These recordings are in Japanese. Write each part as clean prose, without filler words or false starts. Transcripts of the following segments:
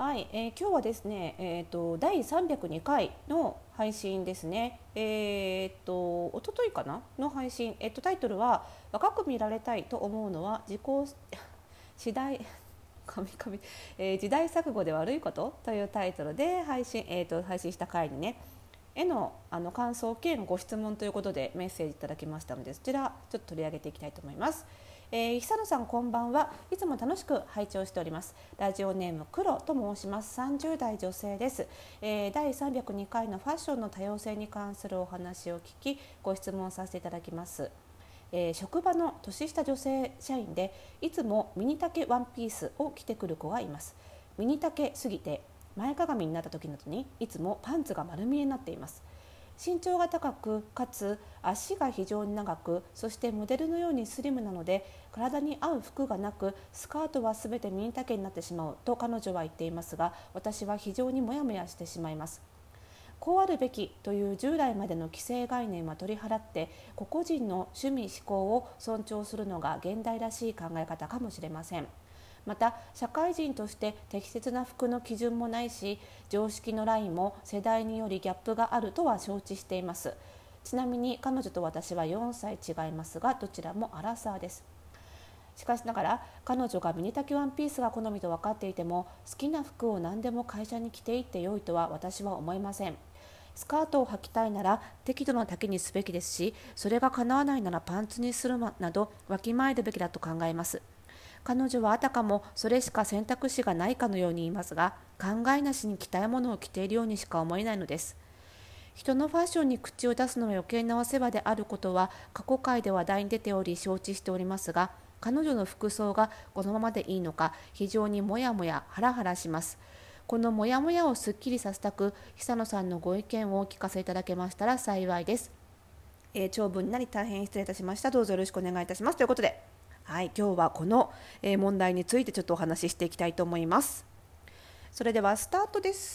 はい、今日はですね、第302回の配信ですね。一昨日かなの配信、タイトルは若く見られたいと思うのは次第神々、時代錯誤で悪いことというタイトルで配信した回にね、感想兼ご質問ということでメッセージいただきましたので、そちらちょっと取り上げていきたいと思います。久野さんこんばんは。いつも楽しく拝聴しております。ラジオネーム黒と申します。30代女性です。第302回のファッションの多様性に関するお話を聞きご質問させていただきます。職場の年下女性社員でいつもミニ丈ワンピースを着てくる子がいます。ミニ丈すぎて前かがみになった時などにいつもパンツが丸見えになっています。身長が高くかつ足が非常に長く、そしてモデルのようにスリムなので体に合う服がなく、スカートはすべてミニ丈になってしまうと彼女は言っていますが、私は非常にモヤモヤしてしまいます。こうあるべきという従来までの既成概念は取り払って、個々人の趣味嗜好を尊重するのが現代らしい考え方かもしれません。また社会人として適切な服の基準もないし、常識のラインも世代によりギャップがあるとは承知しています。ちなみに彼女と私は4歳違いますが、どちらもアラサーです。しかしながら彼女がミニ丈ワンピースが好みと分かっていても、好きな服を何でも会社に着ていってよいとは私は思いません。スカートを履きたいなら適度な丈にすべきですし、それが叶わないならパンツにするなどわきまえるべきだと考えます。彼女はあたかもそれしか選択肢がないかのように言いますが、考えなしに着たいものを着ているようにしか思えないのです。人のファッションに口を出すのは余計なお世話であることは過去回で話題に出ており承知しておりますが、彼女の服装がこのままでいいのか非常にモヤモヤハラハラします。このモヤモヤをすっきりさせたく、久野さんのご意見をお聞かせいただけましたら幸いです。長文になり大変失礼いたしました。どうぞよろしくお願いいたしますということで、はい、今日はこの問題についてちょっとお話ししていきたいと思います。それではスタートです。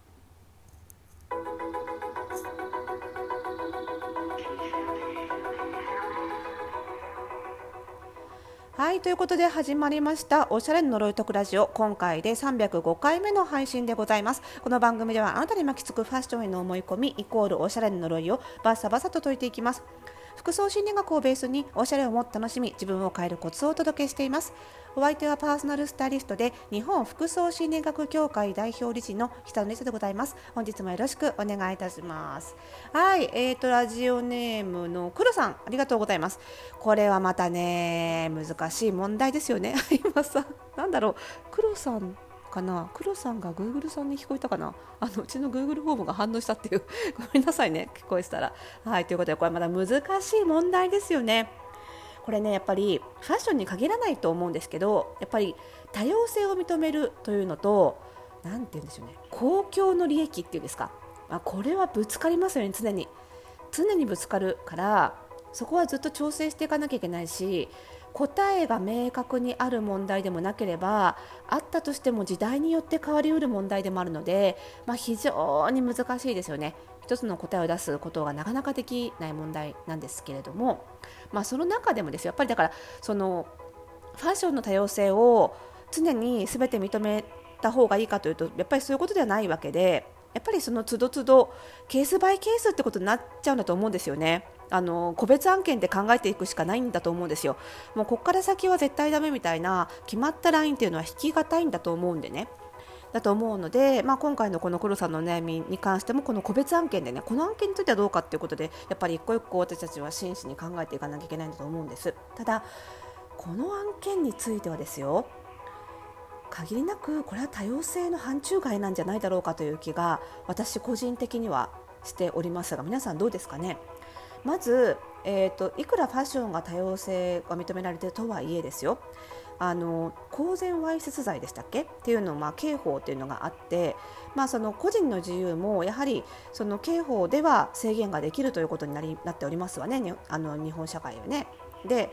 はい、ということで始まりましたおしゃれの呪い解くラジオ。今回で305回目の配信でございます。この番組ではあなたに巻きつくファッションへの思い込みイコールおしゃれの呪いをバサバサと解いていきます。服装心理学をベースにおしゃれをもっと楽しみ、自分を変えるコツをお届けしています。お相手はパーソナルスタイリストで日本服装心理学協会代表理事の久野理沙でございます。本日もよろしくお願いいたします。はい、ラジオネームの黒さん、ありがとうございます。これはまたね、難しい問題ですよね。今さ、なんだろう、黒さんかな、黒さんが Google さんに聞こえたかな、うちの Google フォームが反応したっていうごめんなさいね、聞こえてたら。はい、ということでこれまだ難しい問題ですよね。これね、やっぱりファッションに限らないと思うんですけど、やっぱり多様性を認めるというのと、なんて言うんでしょうね、公共の利益っていうんですか、これはぶつかりますよね。常にぶつかるから、そこはずっと調整していかなきゃいけないし、答えが明確にある問題でもなければ、あったとしても時代によって変わりうる問題でもあるので、非常に難しいですよね。一つの答えを出すことがなかなかできない問題なんですけれども、その中でもですよ、やっぱりだからそのファッションの多様性を常に全て認めた方がいいかというと、やっぱりそういうことではないわけで、やっぱりその都度都度ケースバイケースってことになっちゃうんだと思うんですよね。個別案件で考えていくしかないんだと思うんですよ。もうここから先は絶対ダメみたいな決まったラインっていうのは引きがたいんだと思うんでね。だと思うので、今回のこの黒さんの悩みに関しても、この個別案件でね、この案件についてはどうかということで、やっぱり一個一個私たちは真摯に考えていかなきゃいけないんだと思うんです。ただこの案件についてはですよ、限りなくこれは多様性の範疇外なんじゃないだろうかという気が私個人的にはしておりますが、皆さんどうですかね。まず、いくらファッションが多様性が認められているとはいえですよ、公然わいせつ罪でしたっけっていうのを、刑法というのがあって、その個人の自由もやはりその刑法では制限ができるということになっておりますわね、日本社会はね。で、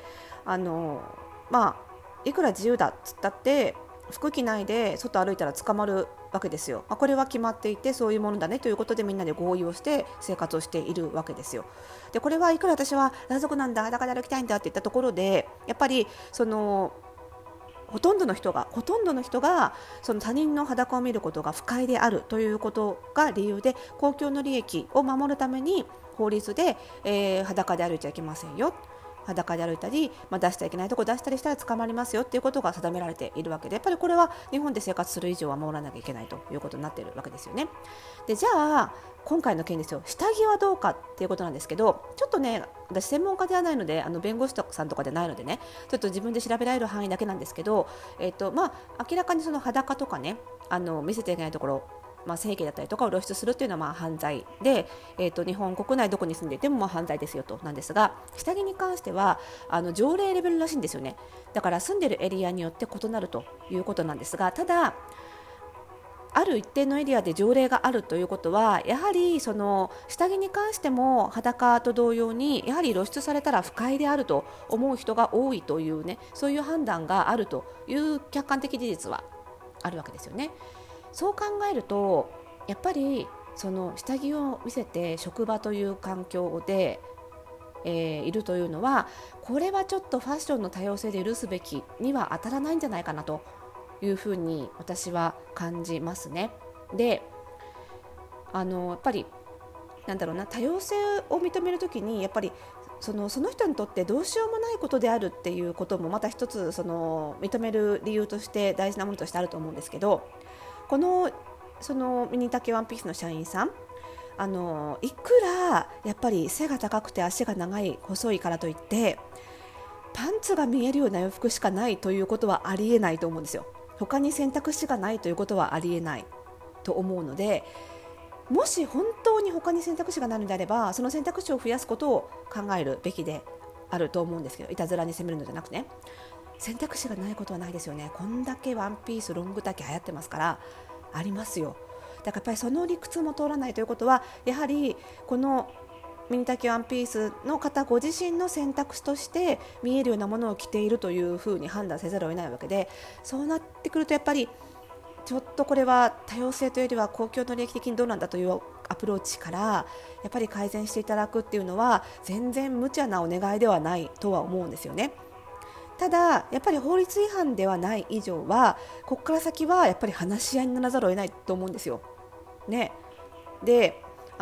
いくら自由だっつったって服着ないで外歩いたら捕まるわけですよ。これは決まっていてそういうものだねということで、みんなで合意をして生活をしているわけですよ。でこれはいくら私は裸族なんだ、裸で歩きたいんだって言ったところで、やっぱりそのほとんどの人がその他人の裸を見ることが不快であるということが理由で、公共の利益を守るために法律で、裸で歩いちゃいけませんよ、裸で歩いたり、出しちゃいけないところ出したりしたら捕まりますよっていうことが定められているわけで、やっぱりこれは日本で生活する以上は守らなきゃいけないということになっているわけですよね。でじゃあ今回の件ですよ、下着はどうかっていうことなんですけど、ちょっとね私専門家ではないので弁護士さんとかでないのでね、ちょっと自分で調べられる範囲だけなんですけど、明らかにその裸とかね見せていけないところ、性器だったりとかを露出するっていうのは犯罪で、日本国内どこに住んでいても犯罪ですよとなんですが、下着に関しては条例レベルらしいんですよね。だから住んでいるエリアによって異なるということなんですが、ただある一定のエリアで条例があるということは、やはりその下着に関しても裸と同様にやはり露出されたら不快であると思う人が多いというね、そういう判断があるという客観的事実はあるわけですよね。そう考えるとやっぱりその下着を見せて職場という環境で、いるというのは、これはちょっとファッションの多様性で許すべきには当たらないんじゃないかなというふうに私は感じますね。でやっぱり多様性を認めるときにやっぱりその人にとってどうしようもないことであるっていうこともまた一つ認める理由として大事なものとしてあると思うんですけど、そのミニ丈ワンピースの社員さん、いくらやっぱり背が高くて足が長い細いからといってパンツが見えるような洋服しかないということはありえないと思うんですよ。他に選択肢がないということはありえないと思うので、もし本当に他に選択肢がないのであれば、その選択肢を増やすことを考えるべきであると思うんですけど、いたずらに責めるのではなくね、選択肢がないことはないですよね。こんだけワンピースロング丈流行ってますからありますよ。だからやっぱりその理屈も通らないということは、やはりこのミニ丈ワンピースの方ご自身の選択肢として見えるようなものを着ているというふうに判断せざるを得ないわけで、そうなってくるとやっぱりちょっとこれは多様性というよりは公共の利益的にどうなんだというアプローチからやっぱり改善していただくっていうのは全然無茶なお願いではないとは思うんですよね。ただやっぱり法律違反ではない以上はここから先はやっぱり話し合いにならざるを得ないと思うんですよ。ね、で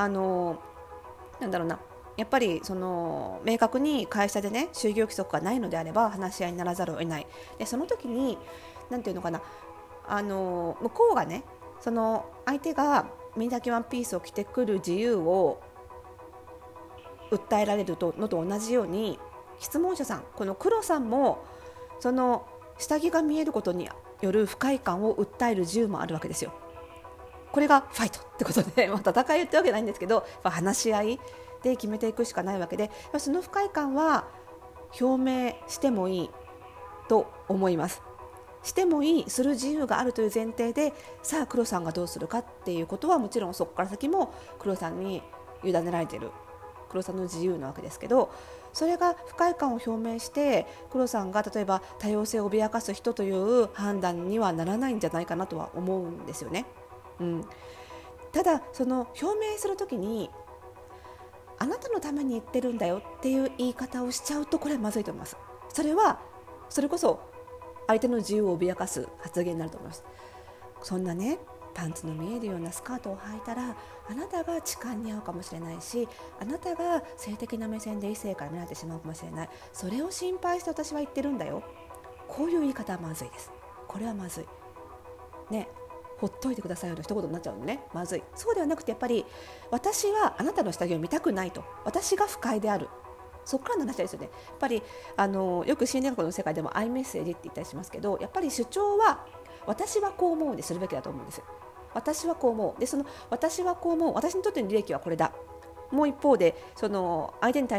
やっぱり明確に会社でね就業規則がないのであれば話し合いにならざるを得ない。でその時に向こうがね相手がミニ丈ワンピースを着てくる自由を訴えられるのと同じように、質問者さん、この黒さんも下着が見えることによる不快感を訴える自由もあるわけですよ。これがファイトってことで、戦いってわけないんですけど、話し合いで決めていくしかないわけで、その不快感は表明してもいいと思います。してもいい、する自由があるという前提で、さあ黒さんがどうするかっていうことはもちろんそこから先も黒さんに委ねられている黒さんの自由なわけですけど、それが不快感を表明して黒さんが例えば多様性を脅かす人という判断にはならないんじゃないかなとは思うんですよね。ただ表明するときにあなたのために言ってるんだよっていう言い方をしちゃうとこれはまずいと思います。それこそ相手の自由を脅かす発言になると思います。そんなねパンツの見えるようなスカートを履いたらあなたが痴漢に遭うかもしれないし、あなたが性的な目線で異性から見られてしまうかもしれない。それを心配して私は言ってるんだよ。こういう言い方はまずいです。これはまずいね。ほっといてくださいよの一言になっちゃうのね、まずい。そうではなくて、やっぱり私はあなたの下着を見たくないと、私が不快である、そこからの話ですよね。やっぱりよく心理学の世界でもアイメッセージって言ったりしますけど、やっぱり主張は私はこう思うにするべきだと思うんですよ。私はこう思う。で私はこう思う、私にとっての利益はこれだ。もう一方で相手にと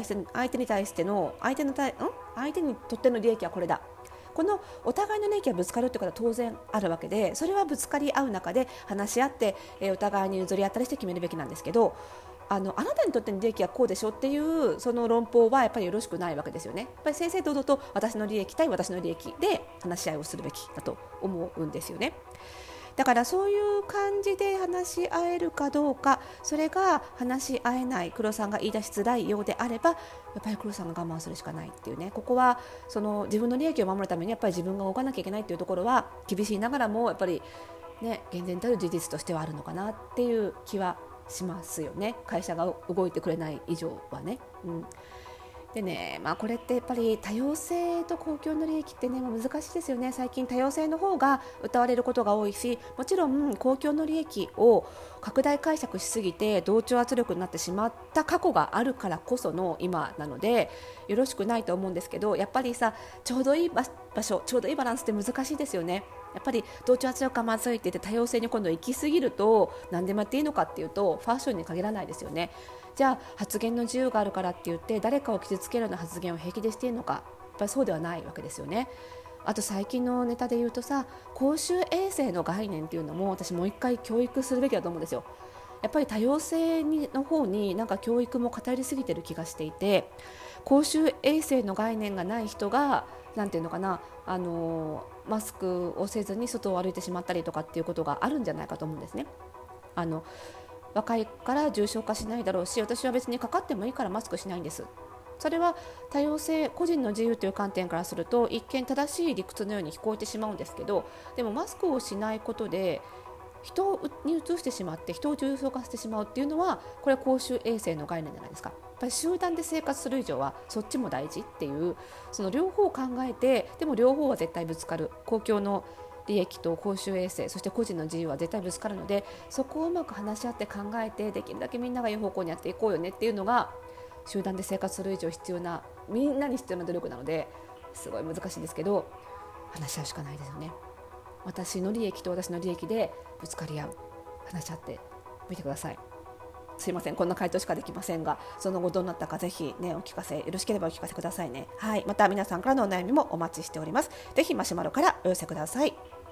っての利益はこれだ。このお互いの利益がぶつかるということは当然あるわけで、それはぶつかり合う中で話し合って、お互いに譲り合ったりして決めるべきなんですけど、あなたにとっての利益はこうでしょっていうその論法はやっぱりよろしくないわけですよね。やっぱり正々堂々と私の利益対私の利益で話し合いをするべきだと思うんですよね。 だからそういう感じで話し合えるかどうか、それが話し合えない黒さんが言い出しづらいようであれば、やっぱり黒さんが我慢するしかないっていうね。ここはその自分の利益を守るためにやっぱり自分が動かなきゃいけないっていうところは厳しいながらもやっぱりね、厳然たる事実としてはあるのかなっていう気はしますよね。会社が動いてくれない以上はね。でね、これってやっぱり多様性と公共の利益ってね、難しいですよね。最近多様性の方が謳われることが多いし、もちろん公共の利益を拡大解釈しすぎて同調圧力になってしまった過去があるからこその今なのでよろしくないと思うんですけど、やっぱりさ、ちょうどいい場所、ちょうどいいバランスって難しいですよね。やっぱり同調圧力がまずいって言って多様性に今度行き過ぎると何でもやっていいのかっていうとファッションに限らないですよね。じゃあ発言の自由があるからって言って誰かを傷つけるような発言を平気でしていいのか、やっぱりそうではないわけですよね。あと最近のネタで言うとさ、公衆衛生の概念っていうのも私もう一回教育するべきだと思うんですよ。やっぱり多様性の方になんか教育も偏りすぎてる気がしていて、公衆衛生の概念がない人がなんていうのかな、マスクをせずに外を歩いてしまったりとかっていうことがあるんじゃないかと思うんですね。若いから重症化しないだろうし、私は別にかかってもいいからマスクしないんです。それは多様性、個人の自由という観点からすると一見正しい理屈のように聞こえてしまうんですけど、でもマスクをしないことで人に移してしまって人を重症化してしまうっていうのは、これは公衆衛生の概念じゃないですか。やっぱり集団で生活する以上はそっちも大事っていう、その両方を考えて、でも両方は絶対ぶつかる。公共の利益と公衆衛生、そして個人の自由は絶対ぶつかるので、そこをうまく話し合って考えて、できるだけみんながいい方向にやっていこうよねっていうのが集団で生活する以上必要な、みんなに必要な努力なので、すごい難しいんですけど、話し合うしかないですよね。私の利益と私の利益でぶつかり合う、話し合ってみてください。すいません、こんな回答しかできませんが、その後どうなったかぜひね、お聞かせ、よろしければお聞かせくださいね。はい、また皆さんからのお悩みもお待ちしております。ぜひマシュマロからお寄せください。